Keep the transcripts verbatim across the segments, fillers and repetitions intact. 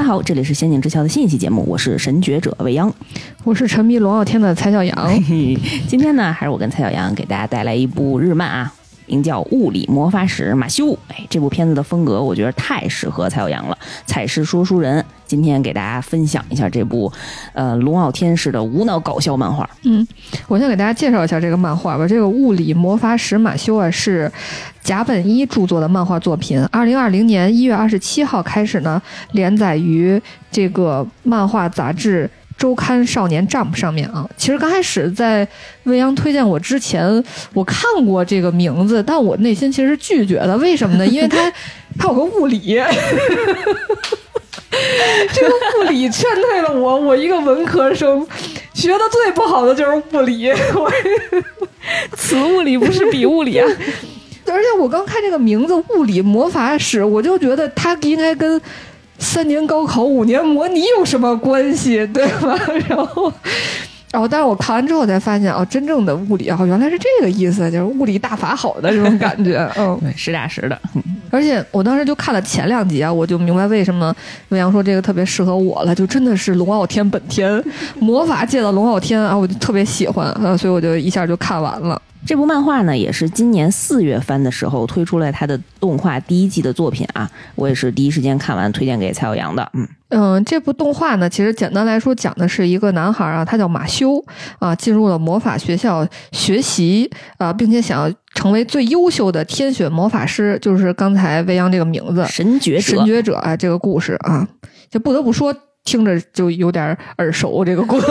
好，这里是仙境之桥的信息节目，我是神觉者未央， 我是沉迷龙傲天的蔡小阳。 今天呢，还是我跟蔡小阳给大家带来一部日漫啊，名叫《物理魔法使马修》。哎，这部片子的风格我觉得太适合蔡小阳了，采是说书人。今天给大家分享一下这部呃龙傲天式的无脑搞笑漫画。 嗯，我先给大家介绍一下这个漫画吧。这个《物理魔法使马修》啊，是甲本一著作的漫画作品。二零二零年一月二十七号开始呢，连载于这个漫画杂志周刊少年 Jump 上面啊。其实刚开始在未央推荐我之前，我看过这个名字，但我内心其实是拒绝的。为什么呢？因为它它有个物理。这个物理劝退了我，我一个文科生，学的最不好的就是物理。我此物理不是彼物理啊！ 而且我刚看这个名字“物理魔法使”，我就觉得它应该跟三年高考五年模拟有什么关系，对吧？然后，然后，但是我看完之后才发现，哦，真正的物理啊，原来是这个意思，就是物理大法好的这种感觉。嗯， 对，实打实的。 而且我当时就看了前两集啊，我就明白为什么未央说这个特别适合我了，就真的是龙傲天本天，魔法界的龙傲天啊，我就特别喜欢啊，所以我就一下就看完了。 这部漫画呢，也是今年四月番的时候推出了他的动画第一季的作品啊，我也是第一时间看完，推荐给蔡小阳的。嗯嗯，这部动画呢，其实简单来说讲的是一个男孩啊，他叫马修啊，进入了魔法学校学习啊，并且想要成为最优秀的天选魔法师，就是刚才未央这个名字神觉者。 神觉者啊，这个故事啊，就不得不说听着就有点耳熟，这个故事。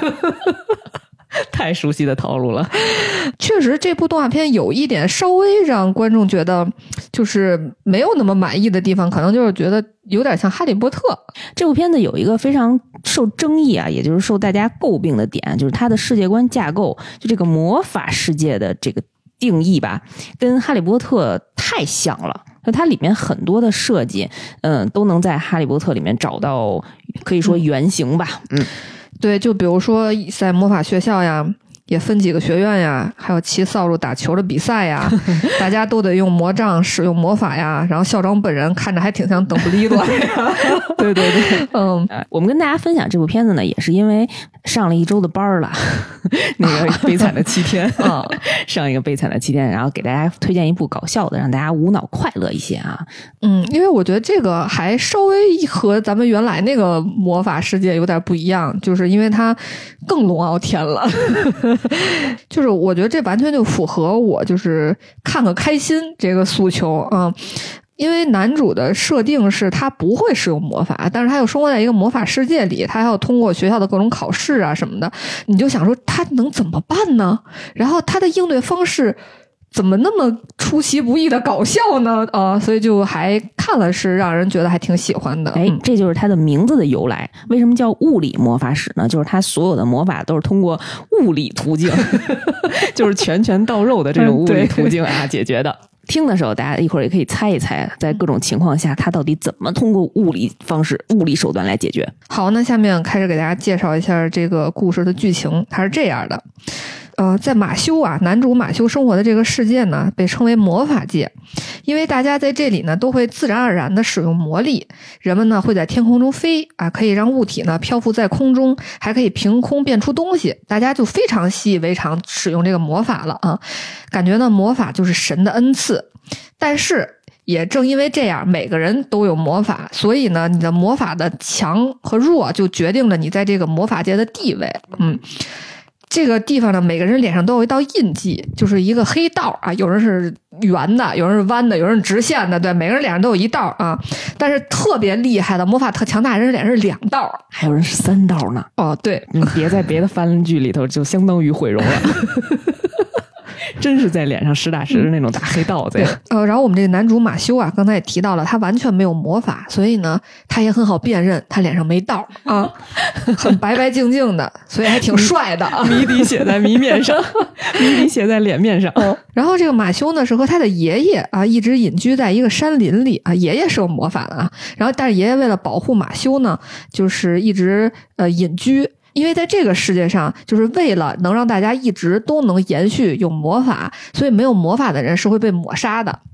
太熟悉的套路了。 确实这部动画片有一点稍微让观众觉得就是没有那么满意的地方，可能就是觉得有点像哈利波特。 这部片子有一个非常受争议啊，也就是受大家诟病的点，就是它的世界观架构，就这个魔法世界的这个定义吧，跟哈利波特太像了。它里面很多的设计嗯，都能在哈利波特里面找到可以说原型吧。嗯， 对，就比如说在魔法学校呀，也分几个学院呀，还有骑扫帚打球的比赛呀，大家都得用魔杖使用魔法呀，然后校长本人看着还挺像邓布利多呀。 对对对， 嗯、 呃，我们跟大家分享这部片子呢，也是因为上了一周的班了，那个悲惨的七天啊，上一个悲惨的七天，然后给大家推荐一部搞笑的，让大家无脑快乐一些啊。 嗯，因为我觉得这个还稍微和咱们原来那个魔法世界有点不一样，就是因为它更龙傲天了。就是我觉得这完全就符合我就是看个开心这个诉求啊、嗯。因为男主的设定是他不会使用魔法，但是他又生活在一个魔法世界里，他还要通过学校的各种考试啊什么的，你就想说他能怎么办呢？然后他的应对方式怎么那么出其不意的搞笑呢？啊、呃，所以就还看了是让人觉得还挺喜欢的。 哎，这就是他的名字的由来。为什么叫物理魔法使呢？就是他所有的魔法都是通过物理途径，就是拳拳到肉的这种物理途径啊解决的。听的时候，大家一会儿也可以猜一猜，在各种情况下，他到底怎么通过物理方式、物理手段来解决。 好，那下面开始给大家介绍一下这个故事的剧情，它是这样的。呃，在马修啊，男主马修生活的这个世界呢，被称为魔法界，因为大家在这里呢都会自然而然的使用魔力，人们呢会在天空中飞啊，可以让物体呢漂浮在空中，还可以凭空变出东西，大家就非常习以为常使用这个魔法了啊，感觉呢魔法就是神的恩赐。但是也正因为这样，每个人都有魔法，所以呢你的魔法的强和弱就决定了你在这个魔法界的地位。嗯，这个地方呢，每个人脸上都有一道印记，就是一个黑道啊，有人是圆的，有人是弯的，有人是直线的，对，每个人脸上都有一道啊。但是特别厉害的魔法特强大人脸上是两道， 还有人是三道呢。 哦，对， 你别在别的番剧里头就相当于毁容了。真是在脸上实打实的那种大黑道子呀、 嗯。呃，然后我们这个男主马修啊，刚才也提到了，他完全没有魔法，所以呢，他也很好辨认，他脸上没道啊，很白白净净的，所以还挺帅的。 谜底写在谜面上，谜底写在脸面上。 嗯、然后这个马修呢，是和他的爷爷啊，一直隐居在一个山林里啊，爷爷是有魔法的啊，然后但是爷爷为了保护马修呢，就是一直呃隐居。因为在这个世界上，就是为了能让大家一直都能延续有魔法，所以没有魔法的人是会被抹杀的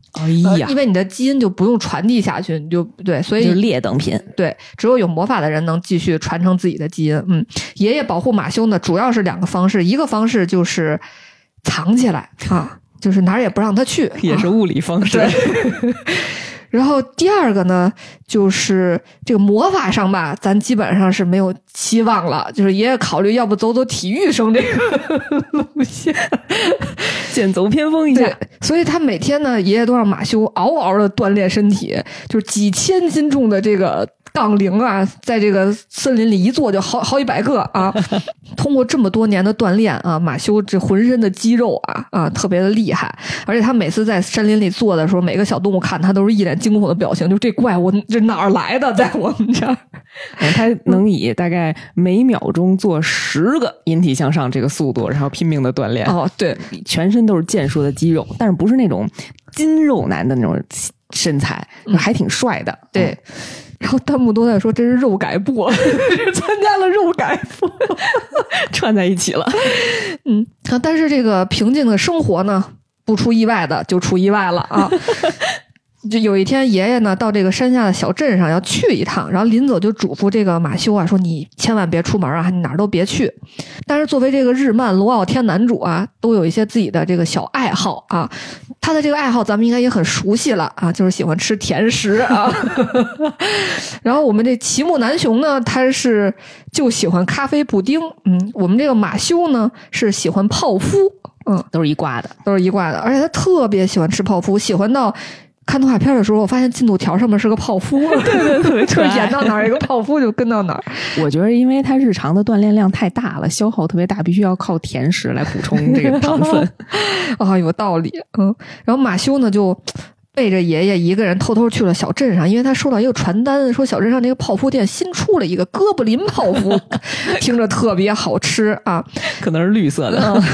哎呀、 呃，因为你的基因就不用传递下去，你就对，所以就是劣等品。 对，只有有魔法的人能继续传承自己的基因。嗯，爷爷保护马修呢，主要是两个方式，一个方式就是藏起来啊，就是哪儿也不让他去， 也是物理方式。 啊、然后第二个呢，就是这个魔法上吧，咱基本上是没有期望了。就是爷爷考虑要不走走体育生这个路线， 剑走偏锋一下。 所以他每天呢，爷爷都让马修嗷嗷的锻炼身体，就是几千斤重的这个杠铃啊，在这个森林里一坐就好好几百个啊。通过这么多年的锻炼啊，马修这浑身的肌肉啊啊特别的厉害，而且他每次在森林里坐的时候，每个小动物看他都是一脸惊恐的表情，就这怪物这哪儿来的，在我们这儿。 他能以大概每秒钟做十个引体向上这个速度，然后拼命的锻炼。 哦，对， 全身都是健硕的肌肉，但是不是那种筋肉男的那种身材，嗯、还挺帅的。 对。嗯，然后弹幕都在说这是肉改部，参加了肉改部， 串在一起了。 嗯，但是这个平静的生活呢，不出意外的就出意外了啊。就有一天爷爷呢到这个山下的小镇上要去一趟，然后临走就嘱咐这个马修啊说你千万别出门啊，你哪儿都别去。但是作为这个日漫龙傲天男主啊，都有一些自己的这个小爱好啊。他的这个爱好咱们应该也很熟悉了啊，就是喜欢吃甜食啊。然后我们这齐木南雄呢，他是就喜欢咖啡布丁。嗯，我们这个马修呢是喜欢泡芙。嗯， 都是一挂的， 都是一挂的，而且他特别喜欢吃泡芙，喜欢到看动画片的时候，我发现进度条上面是个泡芙。 对对对， 就是演到哪儿一个泡芙就跟到哪儿。 我觉得因为他日常的锻炼量太大了，消耗特别大，必须要靠甜食来补充这个糖分。 啊，有道理。嗯，然后马修呢就背着爷爷一个人偷偷去了小镇上，因为他收到一个传单，说小镇上这个泡芙店新出了一个哥布林泡芙，听着特别好吃啊， 可能是绿色的。 嗯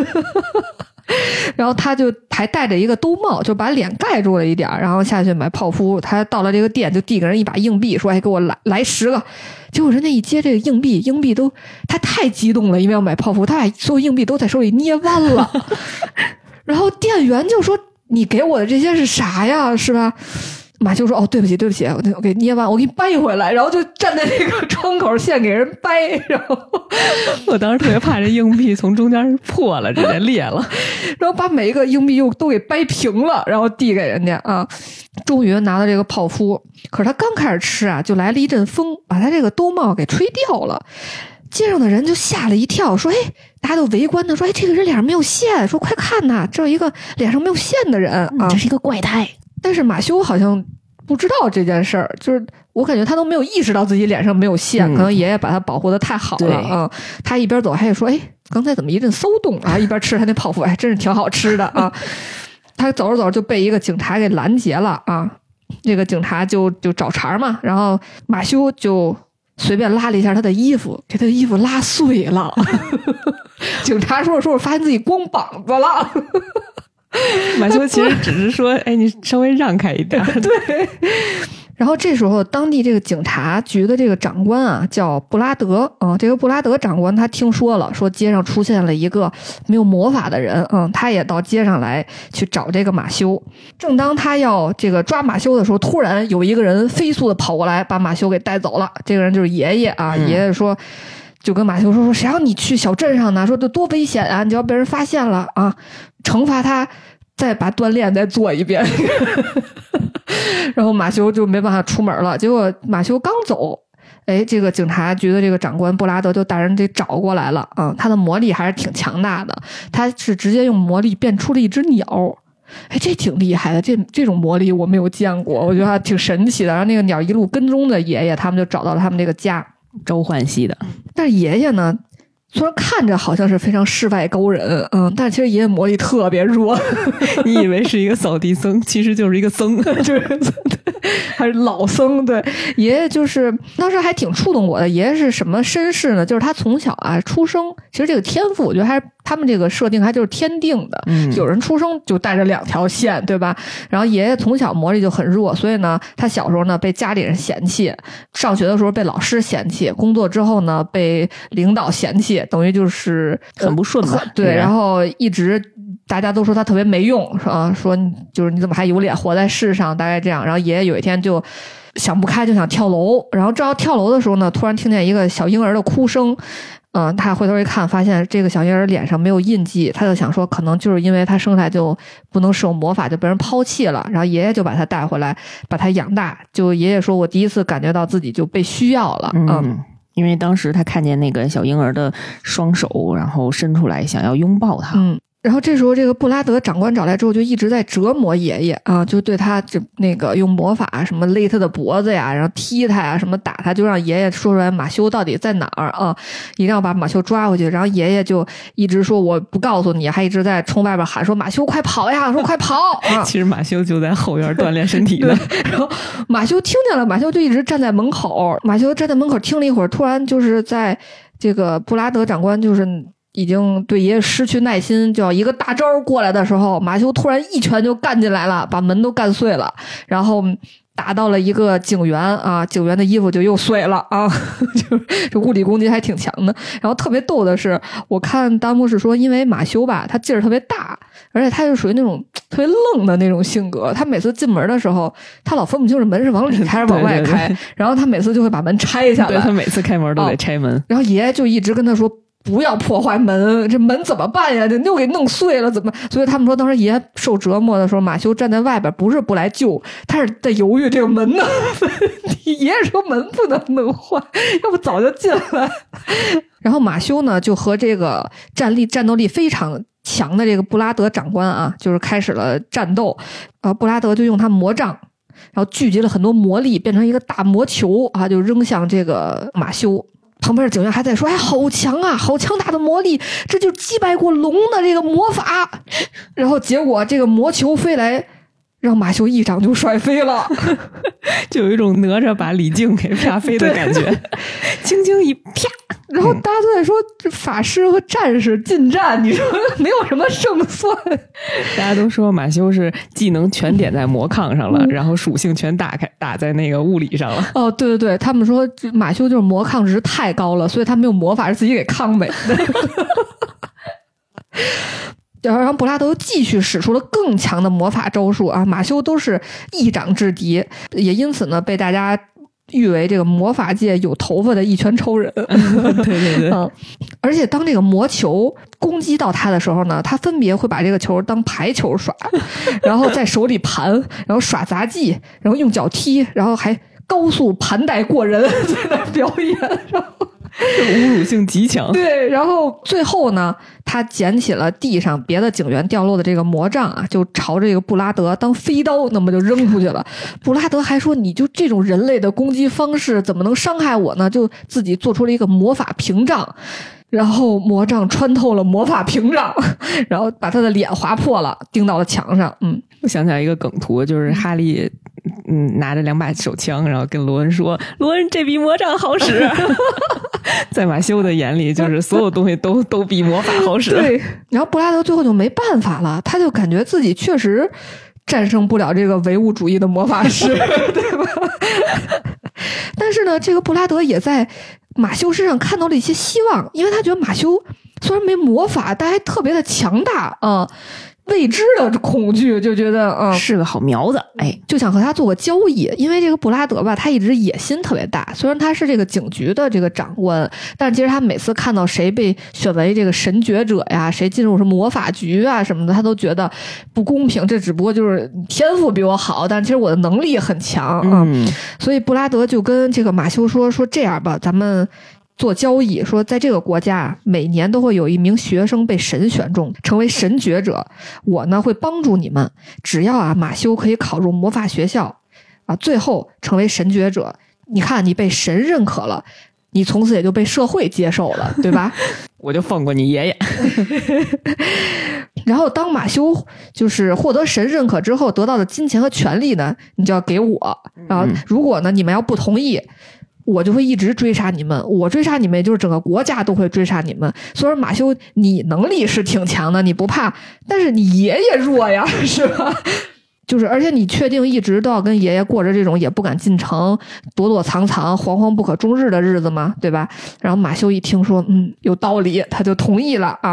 然后他就还戴着一个兜帽，就把脸盖住了一点，然后下去买泡芙。他到了这个店，就递给人一把硬币，说：“哎，给我来来十个。”结果人家一接这个硬币，硬币都他太激动了，因为要买泡芙，他把所有硬币都在手里捏弯了。然后店员就说：“你给我的这些是啥呀？是吧？”马修说：“哦，对不起，对不起，我我给捏完，我给你掰回来。”然后就站在那个窗口线给人掰。然后我当时特别怕这硬币从中间破了，直接裂了。 然后把每一个硬币又都给掰平了，然后递给人家啊。终于拿到这个泡芙，可是他刚开始吃啊，就来了一阵风，把他这个兜帽给吹掉了。街上的人就吓了一跳，说：“哎，大家都围观呢，说：哎，这个人脸上没有线，说快看呐，这有一个脸上没有线的人啊， 这是一个怪胎。” 但是马修好像不知道这件事儿，就是我感觉他都没有意识到自己脸上没有线，嗯、可能爷爷把他保护的太好了啊、嗯。他一边走还得说：“哎，刚才怎么一阵骚动啊？”一边吃他那泡芙，哎，真是挺好吃的啊。他走着走着就被一个警察给拦截了啊。这个警察就就找茬嘛，然后马修就随便拉了一下他的衣服，给他的衣服拉碎了。警察说着说着发现自己光膀子了。 马修其实只是说：“哎，你稍微让开一点。” 对。然后这时候，当地这个警察局的这个长官啊，叫布拉德啊、嗯。这个布拉德长官他听说了，说街上出现了一个没有魔法的人，嗯，他也到街上来去找这个马修。正当他要这个抓马修的时候，突然有一个人飞速的跑过来，把马修给带走了。这个人就是爷爷啊，嗯、爷爷说。就跟马修说说，谁让你去小镇上呢？说这多危险啊！你就要被人发现了啊！惩罚他，再把锻炼再做一遍。然后马修就没办法出门了。结果马修刚走，哎，这个警察局的这个长官布拉德就带人给找过来了啊！他的魔力还是挺强大的，他是直接用魔力变出了一只鸟。哎，这挺厉害的，这这种魔力我没有见过，我觉得还挺神奇的。然后那个鸟一路跟踪着爷爷，他们就找到了他们这个家。 召唤系的， 但是爷爷呢，虽然看着好像是非常世外高人，嗯，但是其实爷爷魔力特别弱。 你以为是一个扫地僧，其实就是一个僧， 就是还是老僧。对，爷爷就是当时还挺触动我的。爷爷是什么身世呢？就是他从小啊出生，其实这个天赋，我觉得还是他们这个设定还就是天定的。嗯，有人出生就带着两条线，对吧？然后爷爷从小魔力就很弱，所以呢，他小时候呢被家里人嫌弃，上学的时候被老师嫌弃，工作之后呢被领导嫌弃，等于就是很不顺嘛。 对，然后一直大家都说他特别没用，说啊，说就是你怎么还有脸活在世上，大概这样。然后爷爷有一天就想不开，就想跳楼。然后正要跳楼的时候呢，突然听见一个小婴儿的哭声。嗯，他回头一看，发现这个小婴儿脸上没有印记，他就想说，可能就是因为他生下来就不能使用魔法，就被人抛弃了。然后爷爷就把他带回来，把他养大。就爷爷说，我第一次感觉到自己就被需要了。嗯。 嗯，因为当时他看见那个小婴儿的双手，然后伸出来想要拥抱他。 嗯。然后这时候这个布拉德长官找来之后就一直在折磨爷爷啊，就对他这那个用魔法什么勒他的脖子呀，然后踢他呀，什么打他，就让爷爷说出来马修到底在哪儿啊，一定要把马修抓回去。然后爷爷就一直说我不告诉你，还一直在冲外边喊说马修快跑呀，说快跑啊。 其实马修就在后院锻炼身体呢。 然后马修听见了，马修就一直站在门口，马修站在门口听了一会儿，突然就是在这个布拉德长官就是已经对爷爷失去耐心，就要一个大招过来的时候，马修突然一拳就干进来了，把门都干碎了，然后打到了一个警员啊，警员的衣服就又碎了啊，就这物理攻击还挺强的。然后特别逗的是，我看弹幕是说，因为马修吧，他劲儿特别大，而且他是属于那种特别愣的那种性格，他每次进门的时候，他老分不清是门是往里开还是往外开，对对对，然后他每次就会把门拆下来， 对，他每次开门都得拆门， 啊，然后爷爷就一直跟他说，不要破坏门，这门怎么办呀？这又给弄碎了，怎么？所以他们说，当时爷爷受折磨的时候，马修站在外边，不是不来救，他是在犹豫这个门呢。爷爷说门不能弄坏，要不早就进来。然后马修呢，就和这个战力战斗力非常强的这个布拉德长官啊，就是开始了战斗。呃，布拉德就用他魔杖，然后聚集了很多魔力，变成一个大魔球啊，就扔向这个马修。旁边的警员还在说，哎，好强啊，好强大的魔力，这就击败过龙的这个魔法。然后结果这个魔球飞来，让马修一掌就摔飞了。 就有一种哪吒把李靖给啪飞的感觉。轻轻一啪， 然后大家都在说，这法师和战士近战，你说没有什么胜算。 大家都说马修是技能全点在魔抗上了，嗯，然后属性全打开打在那个物理上了。 哦，对对对，他们说马修就是魔抗值太高了，所以他没有魔法是自己给抗没的。然后布拉德又继续使出了更强的魔法招数啊，马修都是一掌制敌，也因此呢被大家誉为这个魔法界有头发的一拳超人。 对对对， 嗯，而且当这个魔球攻击到他的时候呢，他分别会把这个球当排球耍，然后在手里盘，然后耍杂技，然后用脚踢，然后还高速盘带过人，在那表演，然后侮辱性极强。 对，然后最后呢，他捡起了地上别的警员掉落的这个魔杖啊，就朝着这个布拉德当飞刀，那么就扔出去了。布拉德还说，你就这种人类的攻击方式怎么能伤害我呢？就自己做出了一个魔法屏障，然后魔杖穿透了魔法屏障，然后把他的脸划破了，钉到了墙上。嗯， 我想起来一个梗图，就是哈利嗯拿着两把手枪，然后跟罗恩说，罗恩这比魔杖好使。在马修的眼里，就是所有东西都都比魔法好使。 对，然后布拉德最后就没办法了，他就感觉自己确实战胜不了这个唯物主义的魔法师，对吧？但是呢，这个布拉德也在马修身上看到了一些希望，因为他觉得马修虽然没魔法，但还特别的强大啊。嗯，未知的恐惧，就觉得嗯是个好苗子，哎， 就想和他做个交易。因为这个布拉德吧，他一直野心特别大，虽然他是这个警局的这个长官，但是其实他每次看到谁被选为这个神觉者呀，谁进入什么魔法局啊什么的，他都觉得不公平，这只不过就是天赋比我好，但是其实我的能力很强啊。 嗯， 所以布拉德就跟这个马修说说这样吧，咱们做交易，说在这个国家每年都会有一名学生被神选中成为神觉者，我呢会帮助你们，只要啊马修可以考入魔法学校啊，最后成为神觉者，你看你被神认可了，你从此也就被社会接受了，对吧？ 我就放过你爷爷。 然后当马修就是获得神认可之后得到的金钱和权利呢，你就要给我，然后如果呢你们要不同意，我就会一直追杀你们，我追杀你们也就是整个国家都会追杀你们。所以说马修你能力是挺强的，你不怕，但是你爷爷弱呀，是吧？就是而且你确定一直都要跟爷爷过着这种也不敢进城躲躲藏藏惶惶不可终日的日子吗？对吧？然后马修一听说嗯有道理，他就同意了啊。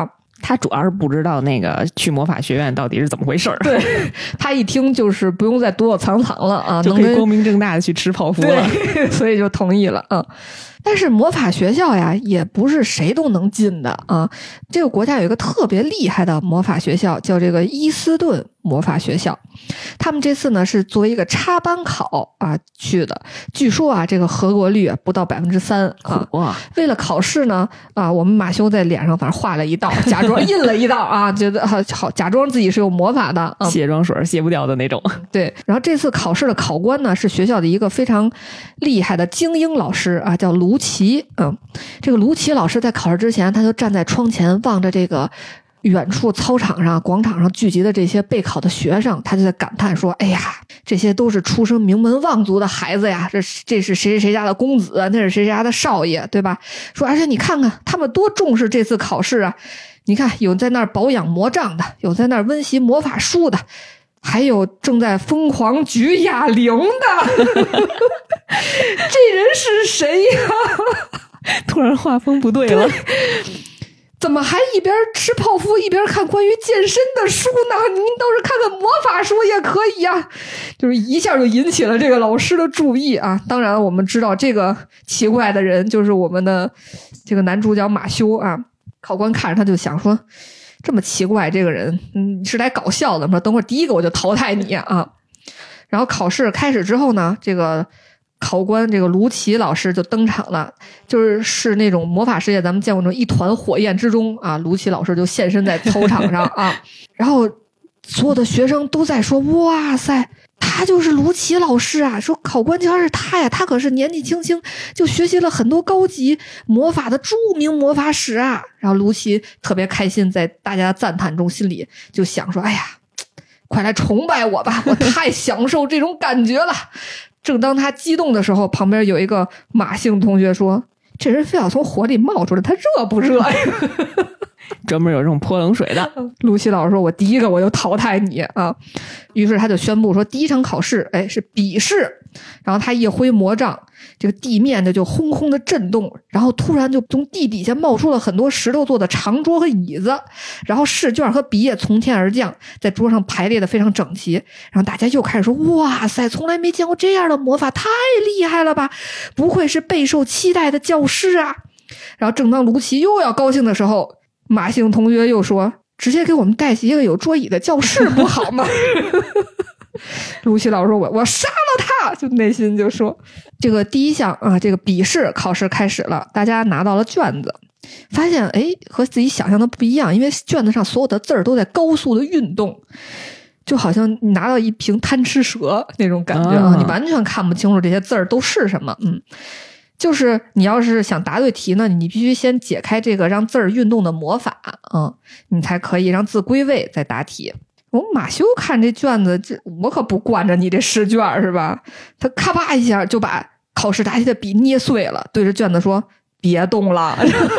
他主要是不知道那个去魔法学院到底是怎么回事儿。 对，他一听就是不用再躲躲藏藏了啊， 就可以光明正大的去吃泡芙了。 对，所以就同意了啊。但是魔法学校呀，也不是谁都能进的啊。这个国家有一个特别厉害的魔法学校，叫这个伊斯顿魔法学校。他们这次呢是作为一个插班考啊去的，据说啊这个合格率不到百分之三啊。 哇！ 为了考试呢啊，我们马修在脸上反正画了一道，假装印了一道啊，觉得好、啊、好假装自己是有魔法的啊， 卸妆水卸不掉的那种。 对，然后这次考试的考官呢是学校的一个非常厉害的精英老师啊，叫卢奇。嗯，这个卢奇老师在考试之前，他就站在窗前望着这个远处操场上广场上聚集的这些备考的学生，他就在感叹说，哎呀，这些都是出身名门望族的孩子呀，这这是谁谁谁家的公子，那是谁谁家的少爷，对吧？说而且你看看他们多重视这次考试啊，你看有在那儿保养魔杖的，有在那儿温习魔法书的，还有正在疯狂举哑铃的。这人是谁呀？ 突然画风不对了， 怎么还一边吃泡芙一边看关于健身的书呢？您倒是看看魔法书也可以呀。就是一下就引起了这个老师的注意啊。当然我们知道这个奇怪的人就是我们的这个男主角马修啊。考官看着他就想说，这么奇怪这个人，嗯，是来搞笑的吗？等会儿第一个我就淘汰你啊。然后考试开始之后呢，这个考官这个卢奇老师就登场了，就是是那种魔法世界咱们见过那种一团火焰之中啊，卢奇老师就现身在操场上啊，然后所有的学生都在说，哇塞，他就是卢奇老师啊，说考官竟然是他呀，他可是年纪轻轻就学习了很多高级魔法的著名魔法史啊。然后卢奇特别开心，在大家的赞叹中心里就想说，哎呀，快来崇拜我吧，我太享受这种感觉了。正当他激动的时候，旁边有一个马姓同学说，这人非要从火里冒出来，他热不热呀？ 专门有这种泼冷水的。 卢奇老师说，我第一个我就淘汰你啊。于是他就宣布说，第一场考试，哎，是笔试。然后他一挥魔杖，这个地面的就轰轰的震动，然后突然就从地底下冒出了很多石头做的长桌和椅子，然后试卷和笔也从天而降，在桌上排列的非常整齐。然后大家又开始说，哇塞，从来没见过这样的魔法，太厉害了吧，不愧是备受期待的教师啊。然后正当卢奇又要高兴的时候，马姓同学又说，直接给我们带一个有桌椅的教室不好吗？卢奇老师说，我我杀了他，就内心就说，这个第一项啊，这个笔试考试开始了，大家拿到了卷子，发现哎和自己想象的不一样，因为卷子上所有的字儿都在高速的运动，就好像你拿到一瓶贪吃蛇那种感觉啊，你完全看不清楚这些字儿都是什么。嗯，就是你要是想答对题呢，你必须先解开这个让字儿运动的魔法啊、嗯，你才可以让字归位再答题。我们马修看这卷子，这我可不惯着你这试卷是吧？他咔吧一下就把考试答题的笔捏碎了，对着卷子说，别动了。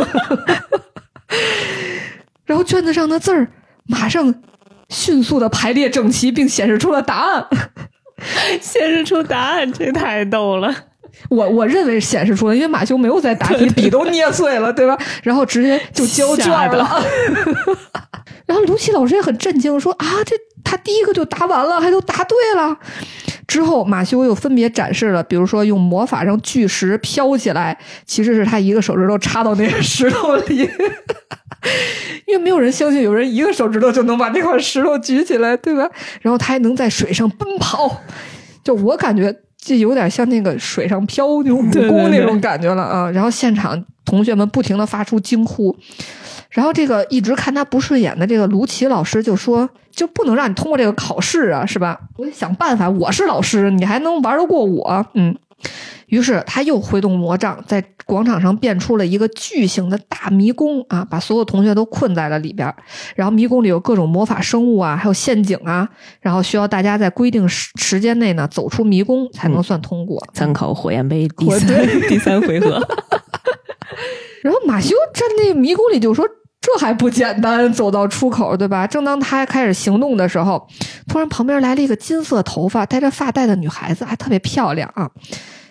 然后卷子上的字儿马上迅速的排列整齐，并显示出了答案。 显示出答案，这太逗了。 我我认为显示出了，因为马修没有在答题，笔都捏碎了，对吧？然后直接就交卷了。然后卢奇老师也很震惊，说啊，这他第一个就答完了，还都答对了。之后马修又分别展示了，比如说用魔法让巨石飘起来，其实是他一个手指头插到那个石头里。因为没有人相信有人一个手指头就能把那块石头举起来，对吧？然后他还能在水上奔跑，就我感觉这有点像那个水上漂那种武功那种感觉了啊！然后现场同学们不停的发出惊呼，然后这个一直看他不顺眼的这个卢奇老师就说，就不能让你通过这个考试啊，是吧？我得想办法，我是老师，你还能玩得过我？嗯。于是他又挥动魔杖，在广场上变出了一个巨型的大迷宫啊，把所有同学都困在了里边。然后迷宫里有各种魔法生物啊，还有陷阱啊，然后需要大家在规定时间内呢走出迷宫才能算通过。 嗯、参考火焰杯第三第三回合。 然后马修站那迷宫里就说，这还不简单，走到出口，对吧？正当他开始行动的时候，突然旁边来了一个金色头发戴着发带的女孩子，还特别漂亮啊。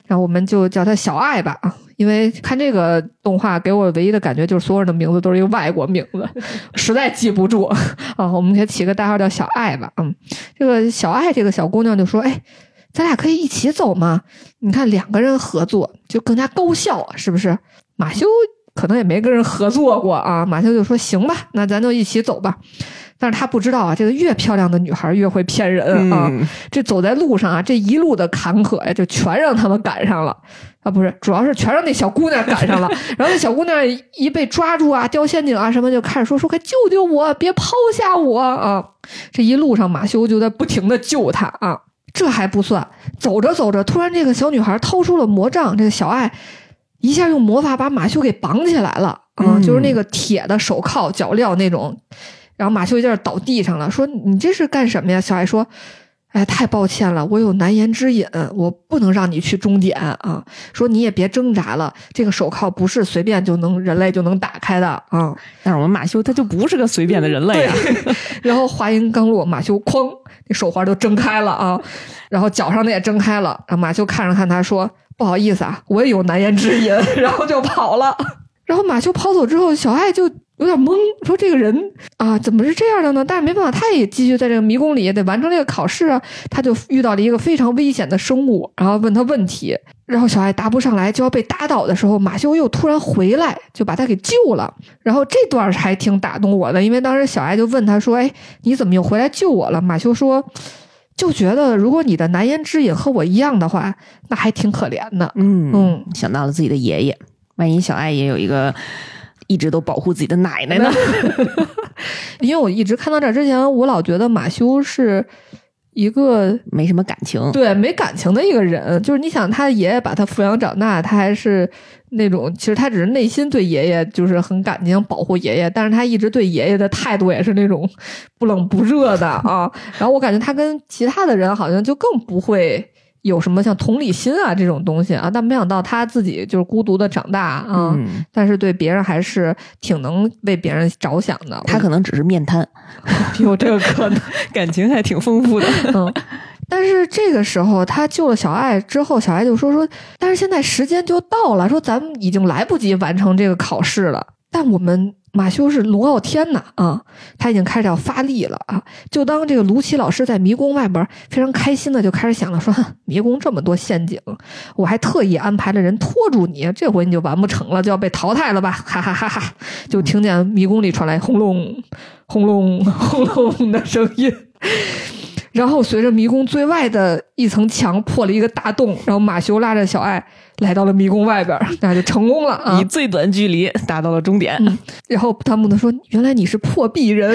然后我们就叫他小爱吧啊，因为看这个动画给我唯一的感觉就是所有人的名字都是一个外国名字，实在记不住啊，我们给起个代号叫小爱吧。嗯，这个小爱这个小姑娘就说，哎，咱俩可以一起走吗？你看两个人合作就更加高效啊，是不是？马修可能也没跟人合作过啊，马修就说行吧，那咱就一起走吧。但是他不知道啊，这个越漂亮的女孩越会骗人啊、嗯！这走在路上啊，这一路的坎坷呀，就全让他们赶上了啊！不是，主要是全让那小姑娘赶上了。然后那小姑娘一被抓住啊，掉陷阱啊什么，就开始说说快救救我，别抛下我啊！这一路上马修就在不停的救她啊。这还不算，走着走着，突然这个小女孩掏出了魔杖，这个小爱一下用魔法把马修给绑起来了啊、嗯！就是那个铁的手铐脚镣那种。然后马修一下倒地上了，说你这是干什么呀？小爱说，哎，太抱歉了，我有难言之隐，我不能让你去终点啊。说你也别挣扎了，这个手铐不是随便就能人类就能打开的啊。 但是我们马修他就不是个随便的人类啊。 然后话音刚落，马修哐，那手环就挣开了啊，然后脚上的也挣开了。然后马修看了看他说，不好意思啊，我也有难言之隐，然后就跑了。然后马修跑走之后，小爱就有点懵，说这个人啊怎么是这样的呢？但是没办法，他也继续在这个迷宫里得完成这个考试啊。他就遇到了一个非常危险的生物，然后问他问题，然后小爱答不上来，就要被打倒的时候，马修又突然回来，就把他给救了。然后这段还挺打动我的，因为当时小爱就问他说，哎，你怎么又回来救我了？马修说，就觉得如果你的难言之隐和我一样的话，那还挺可怜的。 嗯嗯，想到了自己的爷爷，万一小爱也有一个一直都保护自己的奶奶呢？ 因为我一直看到这之前，我老觉得马修是一个没什么感情， 对，没感情的一个人。就是你想，他爷爷把他抚养长大，他还是那种，其实他只是内心对爷爷就是很感情，保护爷爷，但是他一直对爷爷的态度也是那种不冷不热的啊。然后我感觉他跟其他的人好像就更不会有什么像同理心啊这种东西啊，但没想到他自己就是孤独的长大啊、嗯，但是对别人还是挺能为别人着想的。 他可能只是面瘫， 有这个可能， 感情还挺丰富的。 嗯，但是这个时候他救了小爱之后，小爱就说说，但是现在时间就到了，说咱们已经来不及完成这个考试了，但我们。马修是龙傲天呐啊，他已经开始要发力了啊！就当这个卢奇老师在迷宫外边非常开心的就开始想了说，迷宫这么多陷阱，我还特意安排了人拖住你，这回你就完不成了，就要被淘汰了吧！哈哈哈哈！就听见迷宫里传来轰隆轰隆轰隆的声音。然后随着迷宫最外的一层墙破了一个大洞，然后马修拉着小爱来到了迷宫外边，那就成功了啊！ 以最短距离达到了终点。 嗯、然后汤姆特说：“原来你是破壁人。”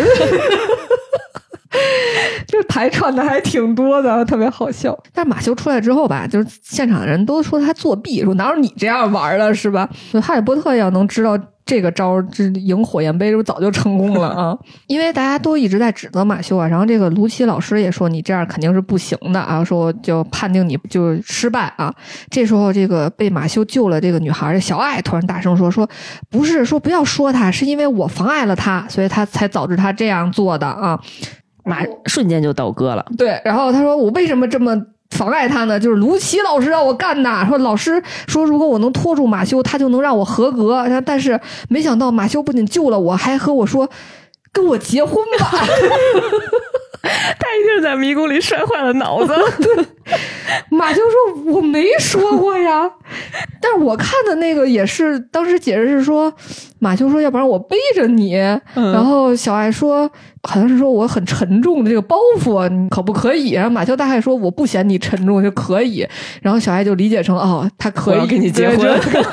这台串的还挺多的，特别好笑。但是马修出来之后吧，就是现场的人都说他作弊，说哪有你这样玩的，是吧？所以哈利波特要能知道这个招，这赢火焰杯是不是早就成功了啊？因为大家都一直在指责马修啊，然后这个卢奇老师也说你这样肯定是不行的啊，说就判定你就失败啊。这时候这个被马修救了这个女孩小爱突然大声说说不是，说不要说他，是因为我妨碍了他，所以他才导致他这样做的啊。 马瞬间就倒戈了。 对，然后他说我为什么这么妨碍他呢？就是卢奇老师让我干的，说老师说如果我能拖住马修，他就能让我合格，但是没想到马修不仅救了我，还和我说跟我结婚吧。 他一定是在迷宫里摔坏了脑子。 对，马修说我没说过呀。但是我看的那个也是当时解释是说马修说要不然我背着你、嗯、然后小爱说好像是说我很沉重的这个包袱你可不可以，然后马修大概说我不嫌你沉重就可以，然后小爱就理解成哦他可以我要跟你结婚。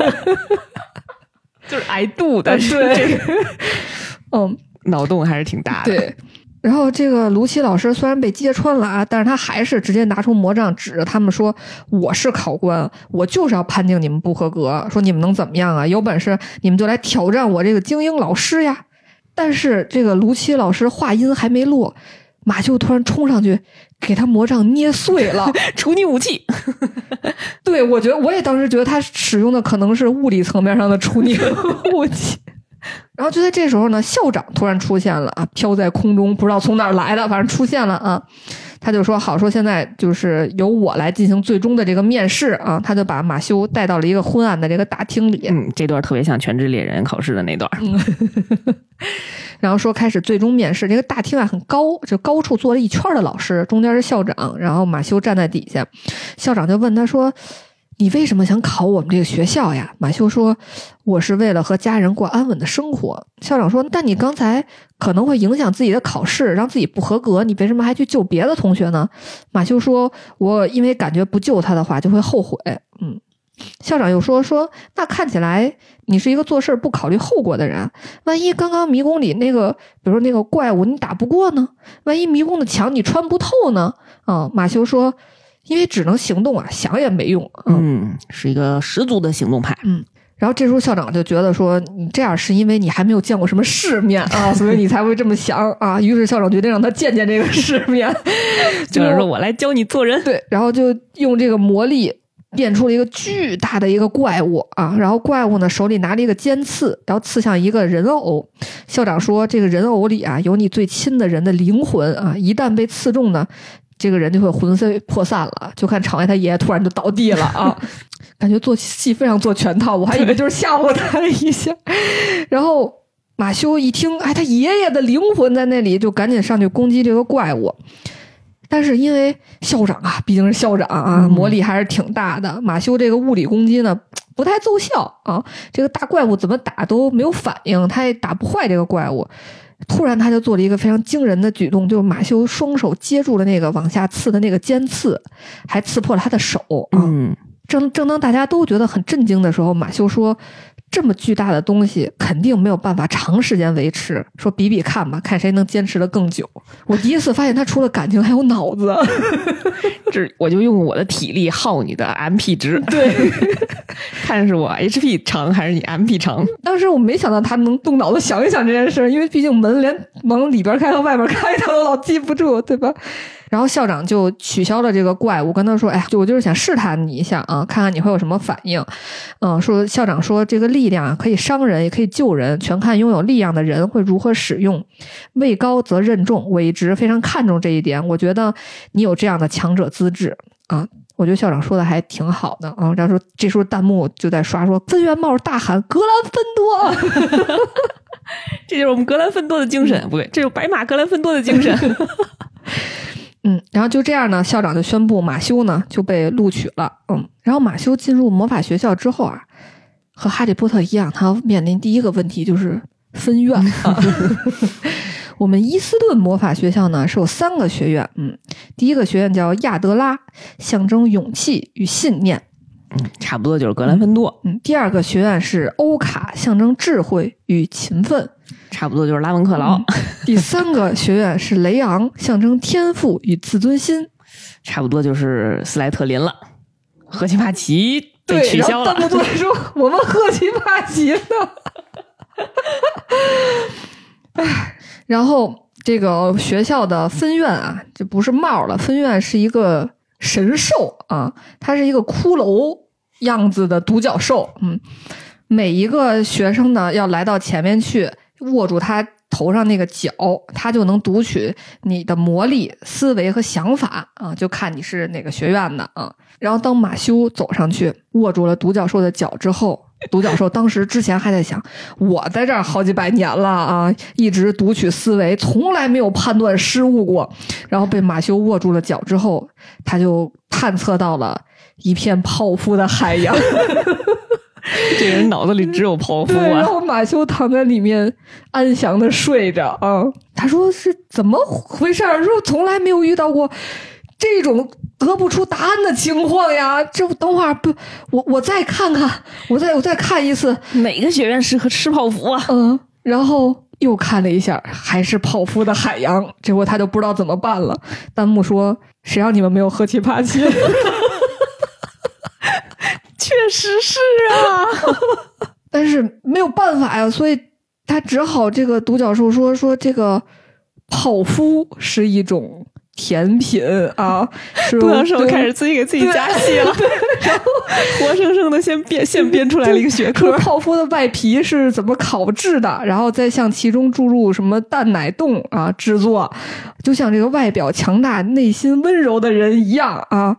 就是挨度的。 对，嗯， 脑洞还是挺大的。 对，然后这个卢奇老师虽然被揭穿了啊，但是他还是直接拿出魔杖指着他们说我是考官，我就是要判定你们不合格，说你们能怎么样啊，有本事你们就来挑战我这个精英老师呀。但是这个卢奇老师话音还没落，马修突然冲上去给他魔杖捏碎了。 处女武器。 对，我觉得我也当时觉得他使用的可能是物理层面上的处女武器。然后就在这时候呢，校长突然出现了啊，飘在空中，不知道从哪儿来的，反正出现了啊。 他就说好，说现在就是由我来进行最终的这个面试啊，他就把马修带到了一个昏暗的这个大厅里。 嗯，这段特别像全职猎人考试的那段。 嗯然后说开始最终面试，这个大厅啊很高，就高处坐了一圈的老师，中间是校长，然后马修站在底下，校长就问他说，你为什么想考我们这个学校呀？马修说，我是为了和家人过安稳的生活。校长说，但你刚才可能会影响自己的考试，让自己不合格，你为什么还去救别的同学呢？马修说，我因为感觉不救他的话就会后悔。嗯，校长又说说，那看起来你是一个做事不考虑后果的人，万一刚刚迷宫里那个比如说那个怪物你打不过呢？万一迷宫的墙你穿不透呢？啊，马修说，因为只能行动啊，想也没用。 嗯, 嗯，是一个十足的行动派。 嗯，然后这时候校长就觉得说，你这样是因为你还没有见过什么世面啊，所以你才会这么想啊。于是校长决定让他见见这个世面， 就是说我来教你做人。 对，然后就用这个魔力变出了一个巨大的一个怪物啊，然后怪物呢手里拿了一个尖刺，然后刺向一个人偶。校长说，这个人偶里啊有你最亲的人的灵魂啊，一旦被刺中呢，这个人就会魂飞魄散了，就看场外他爷爷突然就倒地了啊，感觉做戏非常做全套，我还以为就是吓唬他一下。然后马修一听，哎，他爷爷的灵魂在那里，就赶紧上去攻击这个怪物。但是因为校长啊，毕竟是校长啊，魔力还是挺大的。马修这个物理攻击呢不太奏效啊，这个大怪物怎么打都没有反应，他也打不坏这个怪物。突然他就做了一个非常惊人的举动，就是马修双手接住了那个往下刺的那个尖刺，还刺破了他的手啊。 嗯， 正正当大家都觉得很震惊的时候，马修说，这么巨大的东西肯定没有办法长时间维持，说比比看吧，看谁能坚持得更久。我第一次发现他除了感情还有脑子。 这我就用我的体力耗你的 M P 值， 对， 看是我 H P 长还是你 M P 长。 当时我没想到他能动脑子想一想这件事，因为毕竟门连往里边开和外边开他都老记不住，对吧？然后校长就取消了这个怪物，跟他说，哎呀，我就是想试探你一下啊，看看你会有什么反应。嗯，说校长说，这个力量可以伤人也可以救人，全看拥有力量的人会如何使用。位高则任重，我一直非常看重这一点，我觉得你有这样的强者资质啊。我觉得校长说的还挺好的啊。然后说这时候弹幕就在刷说，分院帽大喊格兰芬多。 这就是我们格兰芬多的精神，不对，这就是白马格兰芬多的精神。 嗯，然后就这样呢，校长就宣布马修呢就被录取了。嗯，然后马修进入魔法学校之后啊，和哈利波特一样，他面临第一个问题就是分院啊。我们伊斯顿魔法学校呢是有三个学院，嗯，第一个学院叫亚德拉，象征勇气与信念， 嗯，差不多就是格兰芬多。 嗯，第二个学院是欧卡，象征智慧与勤奋， 差不多就是拉文克劳。 嗯，第三个学院是雷昂，象征天赋与自尊心， 差不多就是斯莱特林了。赫奇帕奇被取消了。 弹幕都在说我们赫奇帕奇呢。唉，然后这个学校的分院啊，这不是帽了，分院是一个神兽啊，它是一个骷髅样子的独角兽。嗯，每一个学生呢要来到前面去握住他头上那个角，他就能读取你的魔力、思维和想法啊，就看你是哪个学院的啊。然后当马修走上去握住了独角兽的角之后，独角兽当时之前还在想，我在这儿好几百年了啊，一直读取思维，从来没有判断失误过。然后被马修握住了脚之后，他就探测到了一片泡芙的海洋。 这人脑子里只有泡芙啊！ 然后马修躺在里面安详的睡着啊。他说是怎么回事？说从来没有遇到过这种得不出答案的情况呀！这等会儿不，我我再看看，我再我再看一次， 哪个学院适合吃泡芙啊？ 嗯，然后又看了一下，还是泡芙的海洋。结果他就不知道怎么办了。弹幕说：“谁让你们没有喝奇葩奇？” 确实是啊， 但是没有办法呀，所以他只好这个独角兽说说这个泡芙是一种甜品啊，是不能说开始自己给自己加戏了， 然后活生生的先编现编出来了一个学科。 泡芙的外皮是怎么烤制的，然后再向其中注入什么蛋奶冻啊制作，就像这个外表强大内心温柔的人一样啊。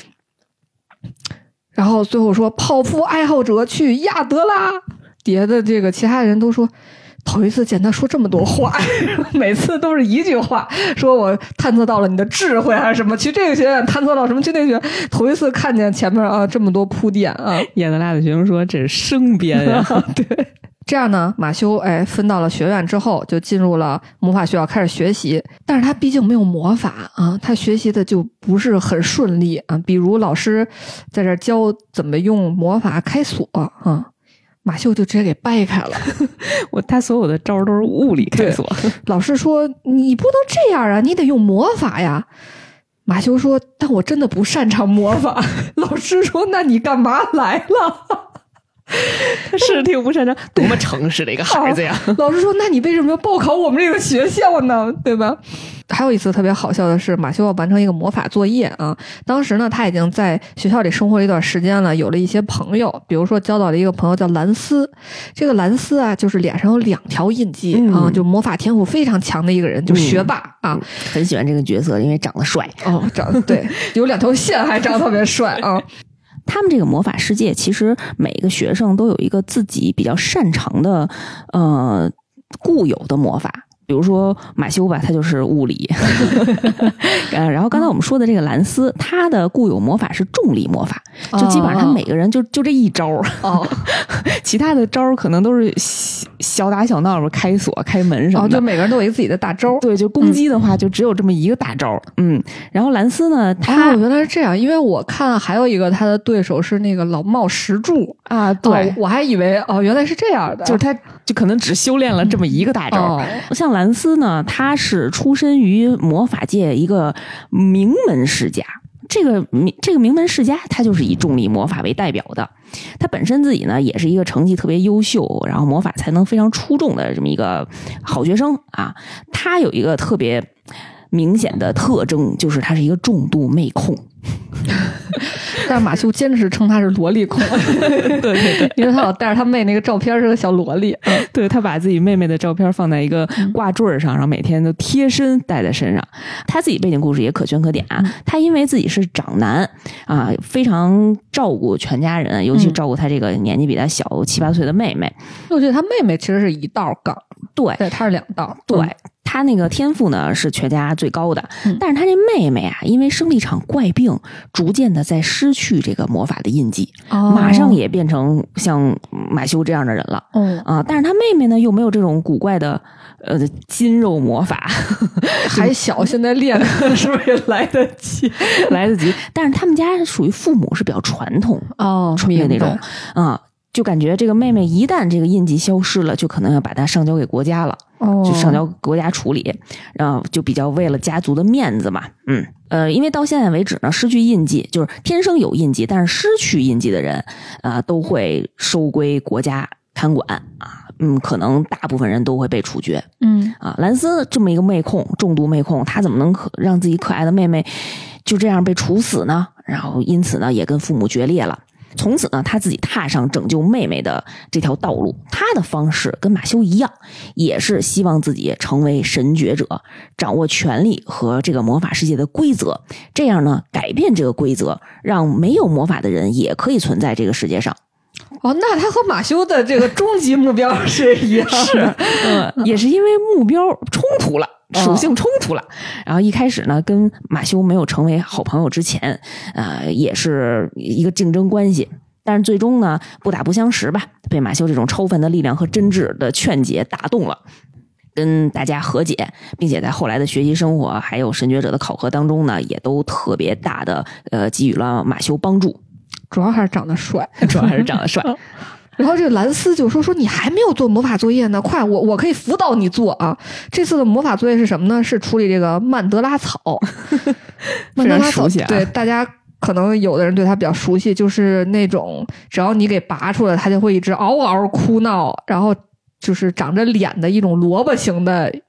然后最后说泡芙爱好者去亚德拉，底下的这个其他人都说头一次见他说这么多话，每次都是一句话，说我探测到了你的智慧还是什么，去这个学院探测到什么，去那个学院，头一次看见前面啊这么多铺垫啊。 亚德拉的学生说这是生编啊， 对。这样呢，马修哎分到了学院之后，就进入了魔法学校开始学习。但是他毕竟没有魔法啊，他学习的就不是很顺利啊。比如老师在这教怎么用魔法开锁啊，马修就直接给掰开了。 我他所有的招都是物理开锁。 老师说你不能这样啊，你得用魔法呀。马修说但我真的不擅长魔法。老师说那你干嘛来了？ 他是挺不擅长，多么诚实的一个孩子呀！ 啊、老师说：“那你为什么要报考我们这个学校呢？对吧？”还有一次特别好笑的是，马修要完成一个魔法作业啊。当时呢，他已经在学校里生活了一段时间了，有了一些朋友，比如说交到了一个朋友叫兰斯。这个兰斯啊，就是脸上有两条印记、嗯、啊，就魔法天赋非常强的一个人，就学霸、嗯、啊。 很喜欢这个角色，因为长得帅哦，长得对，有两条线还长得特别帅啊。 他们这个魔法世界，其实每个学生都有一个自己比较擅长的，呃，固有的魔法。比如说马修吧，他就是物理。呃，然后刚才我们说的这个兰斯，他的固有魔法是重力魔法，就基本上他每个人就就这一招。哦，其他的招可能都是小打小闹，开锁、开门什么的。 哦，就每个人都有一个自己的大招。 对，就攻击的话，嗯、就只有这么一个大招。嗯，然后兰斯呢，他、 哦、原来是这样，因为我看还有一个他的对手是那个老帽石柱啊，对、 哦，我还以为哦原来是这样的， 就是他就可能只修炼了这么一个大招。嗯哦、像兰斯呢，他是出身于魔法界一个名门世家。这个这个名门世家，他就是以重力魔法为代表的。他本身自己呢，也是一个成绩特别优秀，然后魔法才能非常出众的这么一个好学生啊。他有一个特别明显的特征，就是他是一个重度妹控。 但是马修坚持称他是萝莉控。 对对对， 因为他老带着他妹那个照片是个小萝莉。 嗯、对，他把自己妹妹的照片放在一个挂坠上，然后每天都贴身带在身上。他自己背景故事也可圈可点啊。他因为自己是长男啊，非常照顾全家人，尤其照顾他这个年纪比他小七八岁的妹妹。 我觉得他妹妹其实是一道杠， 对， 对，他是两道， 对。嗯，他那个天赋呢是全家最高的，但是他这妹妹啊，因为生了一场怪病，逐渐的在失去这个魔法的印记，哦、马上也变成像马修这样的人了。哦、啊，但是他妹妹呢又没有这种古怪的呃筋肉魔法， 还小，现在练是不是也来得及？ 来得及。但是他们家属于父母是比较传统哦， 传的那种啊。就感觉这个妹妹一旦这个印记消失了，就可能要把她上交给国家了，哦、就上交国家处理，然后就比较为了家族的面子嘛，嗯，呃，因为到现在为止呢，失去印记就是天生有印记，但是失去印记的人，呃，都会收归国家看管啊，嗯，可能大部分人都会被处决，嗯，啊，兰斯这么一个妹控，重度妹控，他怎么能可让自己可爱的妹妹就这样被处死呢？然后因此呢，也跟父母决裂了。从此呢，他自己踏上拯救妹妹的这条道路。他的方式跟马修一样，也是希望自己成为神觉者，掌握权力和这个魔法世界的规则。这样呢，改变这个规则，让没有魔法的人也可以存在这个世界上。 哦，那他和马修的这个终极目标是一样的， 是，嗯，也是因为目标冲突了。属性冲突了，然后一开始呢，跟马修没有成为好朋友之前，呃，也是一个竞争关系。但是最终呢，不打不相识吧，被马修这种超凡的力量和真挚的劝解打动了，跟大家和解，并且在后来的学习生活还有神觉者的考核当中呢，也都特别大的呃给予了马修帮助。 主要还是长得帅， 主要还是长得帅。 然后这个兰斯就说说你还没有做魔法作业呢，快，我我可以辅导你做啊。这次的魔法作业是什么呢？是处理这个曼德拉草。曼德拉草，啊、对，大家可能有的人对它比较熟悉，就是那种只要你给拔出来，它就会一直嗷嗷哭闹，然后就是长着脸的一种萝卜形的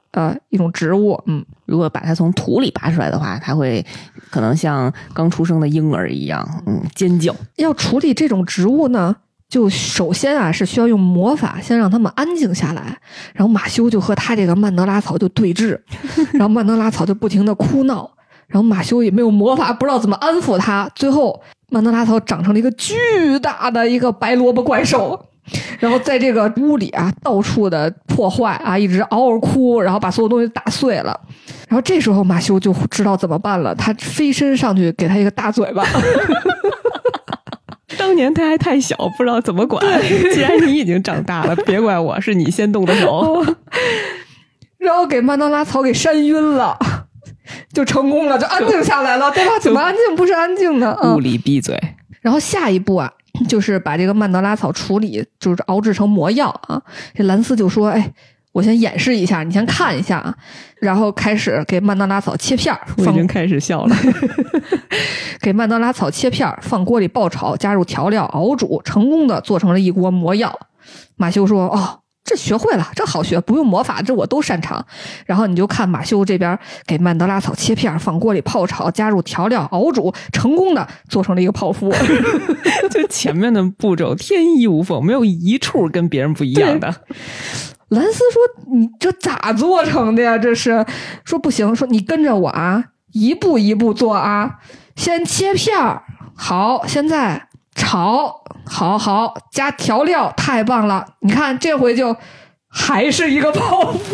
呃一种植物。嗯， 如果把它从土里拔出来的话，它会可能像刚出生的婴儿一样，嗯，尖叫。 要处理这种植物呢，就首先啊是需要用魔法先让他们安静下来，然后马修就和他这个曼德拉草就对峙，然后曼德拉草就不停的哭闹，然后马修也没有魔法，不知道怎么安抚他，最后曼德拉草长成了一个巨大的一个白萝卜怪兽，然后在这个屋里啊到处的破坏啊，一直嗷嗷哭，然后把所有东西打碎了。然后这时候马修就知道怎么办了，他飞身上去给他一个大嘴巴。 当年他还太小，不知道怎么管。既然你已经长大了，别怪我，是你先动的手。 然后给曼德拉草给扇晕了，就成功了，就安静下来了，对吧？怎么安静不是安静呢？ 物理闭嘴。 然后下一步啊，就是把这个曼德拉草处理，就是熬制成魔药啊。这兰斯就说：“哎，我先演示一下，你先看一下啊。”然后开始给曼德拉草切片， 我已经开始笑了。 给曼德拉草切片，放锅里爆炒，加入调料熬煮，成功的做成了一锅魔药。马修说：“哦，这学会了，这好学，不用魔法，这我都擅长。”然后你就看马修这边给曼德拉草切片，放锅里泡炒，加入调料熬煮，成功的做成了一个泡芙。 就前面的步骤天衣无缝，没有一处跟别人不一样的。 兰斯说：“你这咋做成的呀？这是。”说不行，说你跟着我啊，一步一步做啊。先切片，好，现在炒，好好加调料，太棒了！你看这回就还是一个泡芙。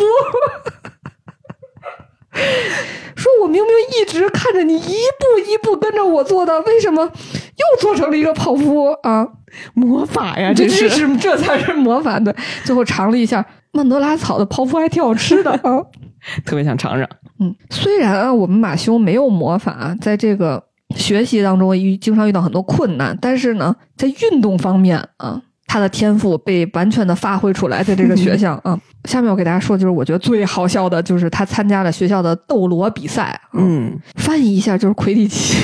说我明明一直看着你一步一步跟着我做的，为什么又做成了一个泡芙啊？ 魔法呀， 这是是这才是魔法的。最后尝了一下曼德拉草的泡芙，还挺好吃的啊， 特别想尝尝。 嗯，虽然啊，我们马修没有魔法，在这个学习当中遇经常遇到很多困难，但是呢，在运动方面啊，他的天赋被完全的发挥出来，在这个学校啊。下面我给大家说，就是我觉得最好笑的，就是他参加了学校的斗罗比赛。 嗯， 翻译一下就是魁地奇。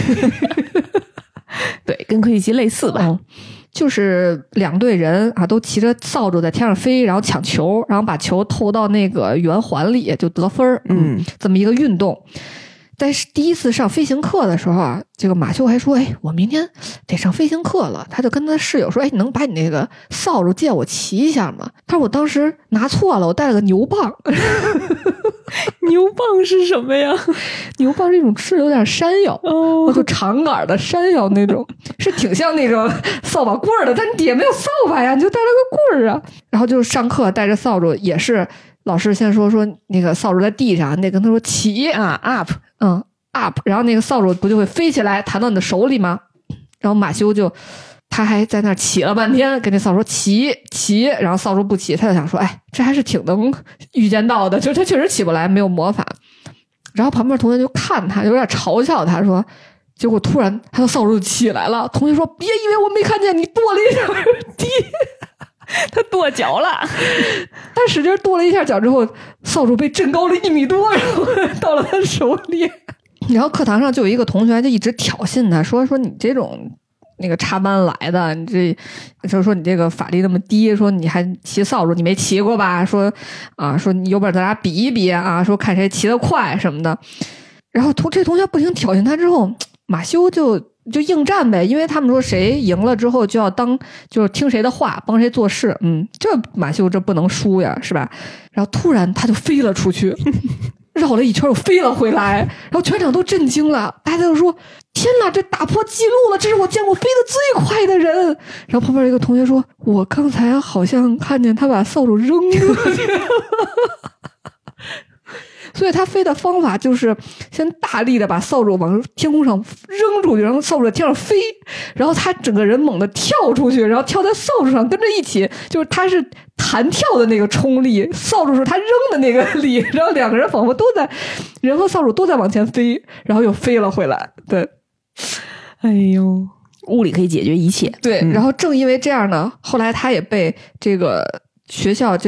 对，跟魁地奇类似吧。 嗯，就是两队人啊，都骑着扫帚在天上飞，然后抢球，然后把球投到那个圆环里就得分。嗯，这么一个运动。在第一次上飞行课的时候啊，这个马修还说：“哎，我明天得上飞行课了。”他就跟他室友说：“哎，你能把你那个扫帚借我骑一下吗？”他说：“我当时拿错了，我带了个牛棒。” 牛棒是什么呀？ 牛棒是一种吃的有点山药，哦，就长杆的山药那种，是挺像那个扫把棍儿的，但你底下没有扫把呀，你就带了个棍儿啊。然后就上课带着扫帚，也是老师先说说那个扫帚在地上，得跟他说起啊 up， 嗯 up， 然后那个扫帚不就会飞起来弹到你的手里吗？然后马修就他还在那儿起了半天，跟那扫帚起起，然后扫帚不起，他就想说，哎，这还是挺能预见到的，就是他确实起不来，没有魔法。然后旁边同学就看他，有点嘲笑他说，结果突然他的扫帚就起来了，同学说，别以为我没看见你跺了一下地。 他跺脚了， 他使劲跺了一下脚之后，扫帚被震高了一米多，然后到了他手里。然后课堂上就有一个同学就一直挑衅他说说你这种那个插班来的，你这就是说你这个法力那么低，说你还骑扫帚，你没骑过吧？说啊，说你有本事咱俩比一比啊，说看谁骑得快什么的。然后同这同学不停挑衅他之后，马修就就应战呗，因为他们说谁赢了之后就要当就是听谁的话，帮谁做事。嗯，这马修这不能输呀，是吧？然后突然他就飞了出去。绕了一圈又飞了回来，然后全场都震惊了，大家都说天哪，这打破记录了，这是我见过飞得最快的人。然后旁边一个同学说，我刚才好像看见他把扫帚扔出去了。所以他飞的方法就是先大力的把扫帚往天空上扔出去，然后扫帚在天上飞，然后他整个人猛地跳出去，然后跳在扫帚上跟着一起，就是他是弹跳的那个冲力，扫帚是他扔的那个力，然后两个人仿佛都在，人和扫帚都在往前飞，然后又飞了回来。对， 哎呦，物理可以解决一切。 对，嗯、然后正因为这样呢，后来他也被这个学校这个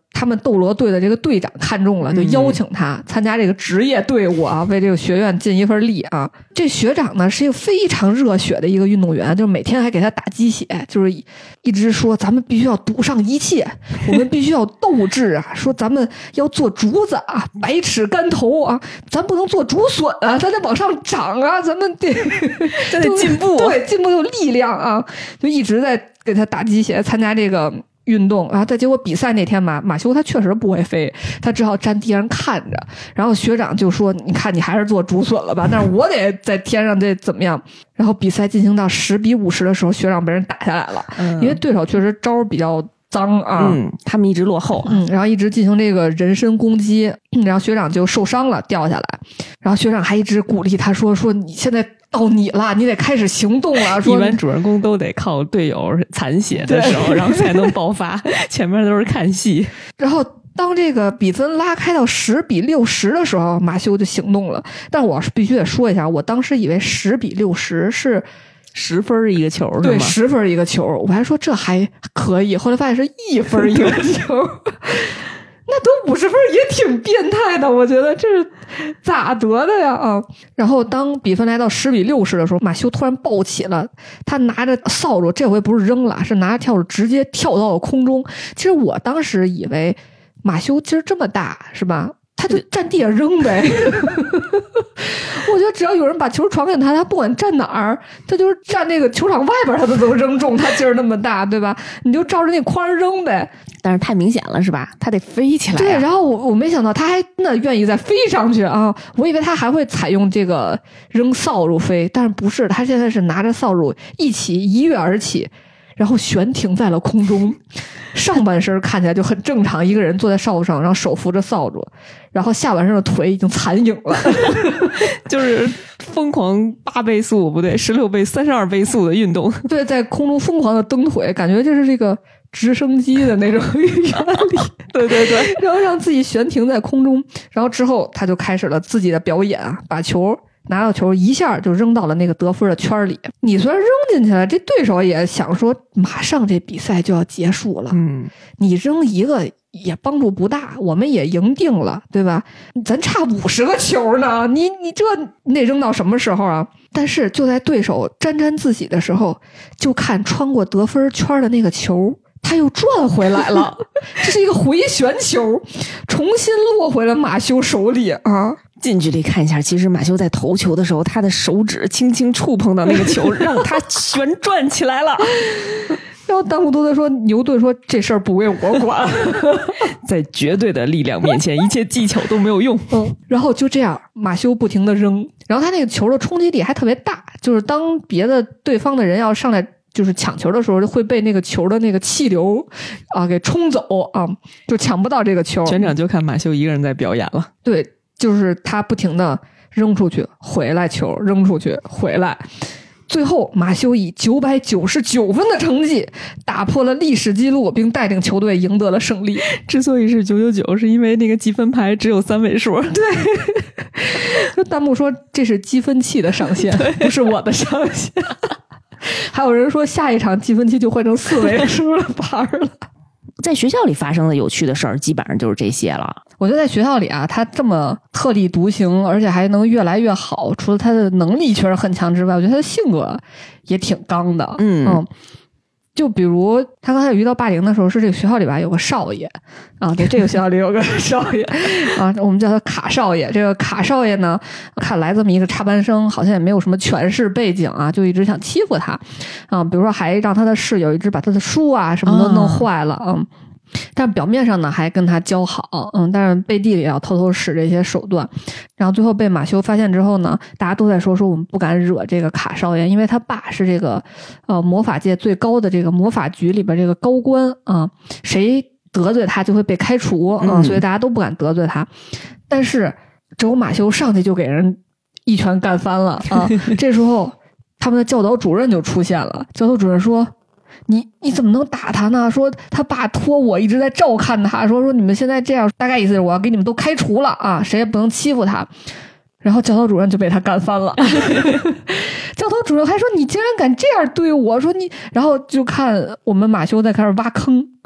他们斗罗队的这个队长看中了，就邀请他参加这个职业队伍啊，为这个学院尽一份力啊。这学长呢是一个非常热血的一个运动员，就是每天还给他打鸡血，就是一直说咱们必须要赌上一切，我们必须要斗志啊，说咱们要做竹子啊，百尺竿头啊，咱不能做竹笋啊，咱得往上涨啊，咱们得咱得进步， 对，进步有力量啊，就一直在给他打鸡血，参加这个运动。然后在结果比赛那天嘛，马修他确实不会飞，他只好站地上看着。然后学长就说：“你看，你还是做竹笋了吧？但是我得在天上得怎么样？”然后比赛进行到十比五十的时候，学长被人打下来了，嗯、因为对手确实招比较脏啊， 嗯，他们一直落后， 嗯，然后一直进行这个人身攻击，然后学长就受伤了，掉下来。然后学长还一直鼓励他说：“说你现在。”到你了，你得开始行动了。说一般主人公都得靠队友残血的时候，然后才能爆发，前面都是看戏。 然后当这个比分拉开到十比六十的时候，马修就行动了。但我是必须得说一下，我当时以为十比六十是十分一个球，是吗？ 对，十分一个球，我还说这还可以，后来发现是一分一个球。那都五十分也挺变态的，我觉得这是咋得的呀啊！然后当比分来到十比六十的时候，马修突然暴起了，他拿着扫帚，这回不是扔了，是拿着跳帚直接跳到了空中。其实我当时以为马修今儿这么大是吧？他就站地上扔呗。我觉得只要有人把球传给他，他不管站哪儿，他就是站那个球场外边，他都能扔中。他劲儿那么大，对吧？你就照着那框扔呗。 但是太明显了，是吧？他得飞起来、啊。 对，然后我我没想到他还那愿意再飞上去啊！我以为他还会采用这个扔扫帚飞，但是不是，他现在是拿着扫帚一起一跃而起，然后悬停在了空中。上半身看起来就很正常，一个人坐在扫帚上，然后手扶着扫帚，然后下半身的腿已经残影了， 就是疯狂八倍速不对，十六倍、三十二倍速的运动。 对，在空中疯狂的蹬腿，感觉就是这个直升机的那种原理。 对对对， 然后让自己悬停在空中，然后之后他就开始了自己的表演啊，把球。拿到球一下就扔到了那个得分的圈里。你虽然扔进去了，这对手也想说马上这比赛就要结束了， 嗯， 你扔一个也帮助不大，我们也赢定了，对吧？咱差五十个球呢，你你这你得扔到什么时候啊？但是就在对手沾沾自喜的时候，就看穿过得分圈的那个球他又转回来了，这是一个回旋球，重新落回了马修手里啊！ 近距离看一下，其实马修在投球的时候，他的手指轻轻触碰到那个球，让他旋转起来了。 然后弹幕都在说，牛顿说这事儿不归我管， 在绝对的力量面前，一切技巧都没有用。 嗯，然后就这样，马修不停的扔，然后他那个球的冲击力还特别大，就是当别的对方的人要上来。就是抢球的时候会被那个球的那个气流啊给冲走啊，就抢不到这个球。 全场就看马修一个人在表演了。 对，就是他不停的扔出去回来球，扔出去回来。最后马修以九百九十九分的成绩打破了历史记录，并带领球队赢得了胜利。 之所以是九九九，是因为那个积分牌只有三位数。 对，就弹幕说这是积分器的上限，不是我的上限。还有人说下一场积分器就换成四位数了牌了。 在学校里发生的有趣的事儿基本上就是这些了。 我觉得在学校里啊，他这么特立独行，而且还能越来越好，除了他的能力确实很强之外，我觉得他的性格也挺刚的。 嗯嗯，就比如他刚才遇到霸凌的时候，是这个学校里吧有个少爷啊，对，这个学校里有个少爷啊，我们叫他卡少爷。这个卡少爷呢，看来这么一个插班生，好像也没有什么权势背景啊，就一直想欺负他啊，比如说还让他的室友一直把他的书啊什么都弄坏了啊。嗯，但表面上呢还跟他交好，嗯，但是背地里要偷偷使这些手段，然后最后被马修发现之后呢，大家都在说说我们不敢惹这个卡少爷，因为他爸是这个呃魔法界最高的这个魔法局里边这个高官啊，谁得罪他就会被开除啊、嗯，所以大家都不敢得罪他。但是只有马修上去就给人一拳干翻了啊！这时候他们的教导主任就出现了，教导主任说。你你怎么能打他呢？说他爸托我一直在照看他，说说你们现在这样，大概意思是我要给你们都开除了啊，谁也不能欺负他。然后教导主任就被他干翻了。教导主任还说你竟然敢这样对我，说你，然后就看我们马修在开始挖坑，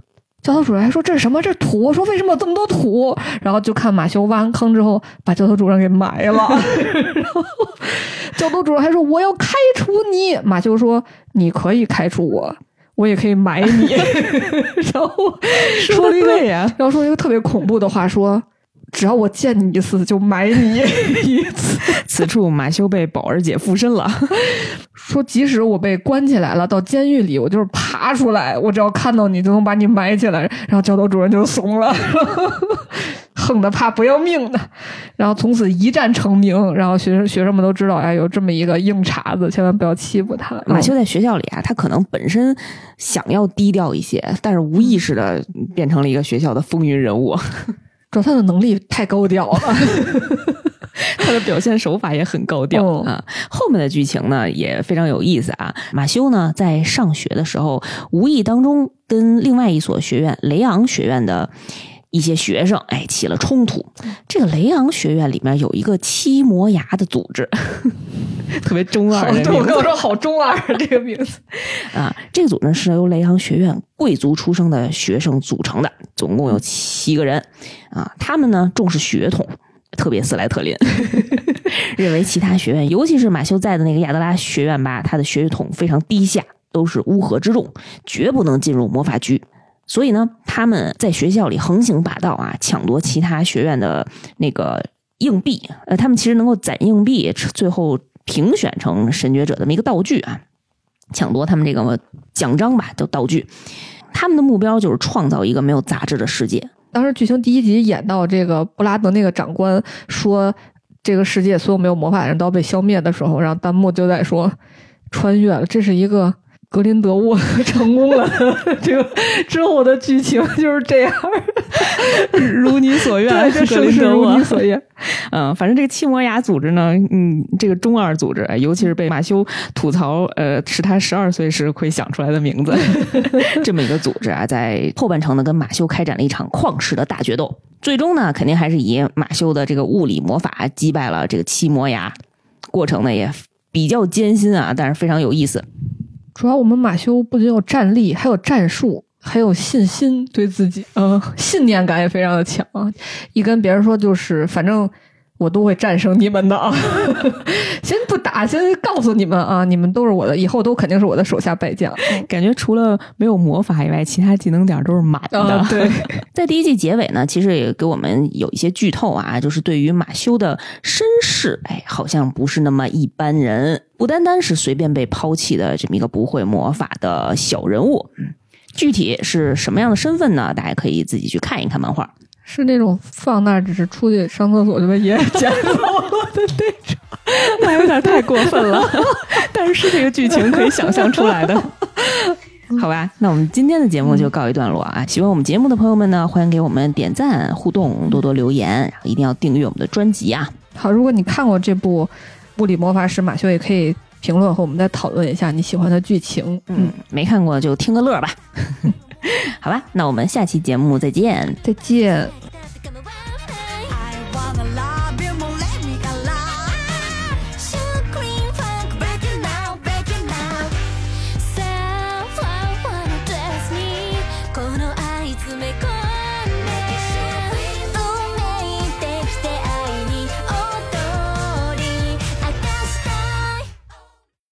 教头主任还说这是什么？这是土。说为什么有这么多土？然后就看马修挖完坑之后把教头主任给埋了。然后教头主任还说我要开除你。马修说你可以开除我，我也可以埋你。然后说了一个呀，然后说一个特别恐怖的话，说只要我见你一次就埋你一次。 此处马修被宝儿姐附身了。 说即使我被关起来了，到监狱里我就是爬出来，我只要看到你就能把你埋起来。然后教头主任就怂了，横得怕不要命的。然后从此一战成名，然后学生学生们都知道，哎，有这么一个硬茬子，千万不要欺负他。 马修在学校里啊，他可能本身想要低调一些，但是无意识的变成了一个学校的风云人物。 主要他的能力太高调了。 他的表现手法也很高调、哦、啊。后面的剧情呢也非常有意思啊。马修呢在上学的时候，无意当中跟另外一所学院雷昂学院的一些学生哎起了冲突。这个雷昂学院里面有一个七磨牙的组织，特别中二的名字。 我跟我说好中二这个名字啊。这个组织是由雷昂学院贵族出生的学生组成的，总共有七个人啊。他们呢重视血统，特别斯莱特林。认为其他学院尤其是马修在的那个亚德拉学院吧，他的血统非常低下，都是乌合之众，绝不能进入魔法局。所以呢他们在学校里横行霸道啊，抢夺其他学院的那个硬币，呃，他们其实能够攒硬币，最后评选成神觉者的这么一个道具啊，抢夺他们这个奖章吧，叫道具。他们的目标就是创造一个没有杂质的世界。 当时剧情第一集演到这个布拉德那个长官说这个世界所有没有魔法的人都要被消灭的时候，然后弹幕就在说穿越了，这是一个格林德沃成功了。这个之后的剧情就是这样， 如你所愿。 对，这是如你所愿。 嗯，反正这个七磨牙组织呢，嗯，这个中二组织，尤其是被马修吐槽，呃，是他十二岁时会想出来的名字。这么一个组织啊，在后半程呢，跟马修开展了一场旷世的大决斗。最终呢，肯定还是以马修的这个物理魔法击败了这个七磨牙。过程呢也比较艰辛啊，但是非常有意思。 主要我们马修不仅有战力，还有战术，还有信心，对自己，嗯，信念感也非常的强。一跟别人说就是反正我都会战胜你们的啊。先不打，先告诉你们啊，你们都是我的，以后都肯定是我的手下败将。 感觉除了没有魔法以外，其他技能点都是满的。 啊、对。 在第一季结尾呢，其实也给我们有一些剧透啊，就是对于马修的身世，哎，好像不是那么一般人，不单单是随便被抛弃的这么一个不会魔法的小人物。嗯，具体是什么样的身份呢？大家可以自己去看一看漫画。 是那种放那儿只是出去上厕所就被爷爷捡走了的那种。 那有点太过分了。但是是这个剧情可以想象出来的。好吧，那我们今天的节目就告一段落啊！喜欢我们节目的朋友们呢，欢迎给我们点赞、互动、多多留言，然后一定要订阅我们的专辑啊！ 好，如果你看过这部《物理魔法使马修》，也可以评论和我们再讨论一下你喜欢的剧情。 嗯，没看过就听个乐吧。好吧，那我们下期节目再见， 再见。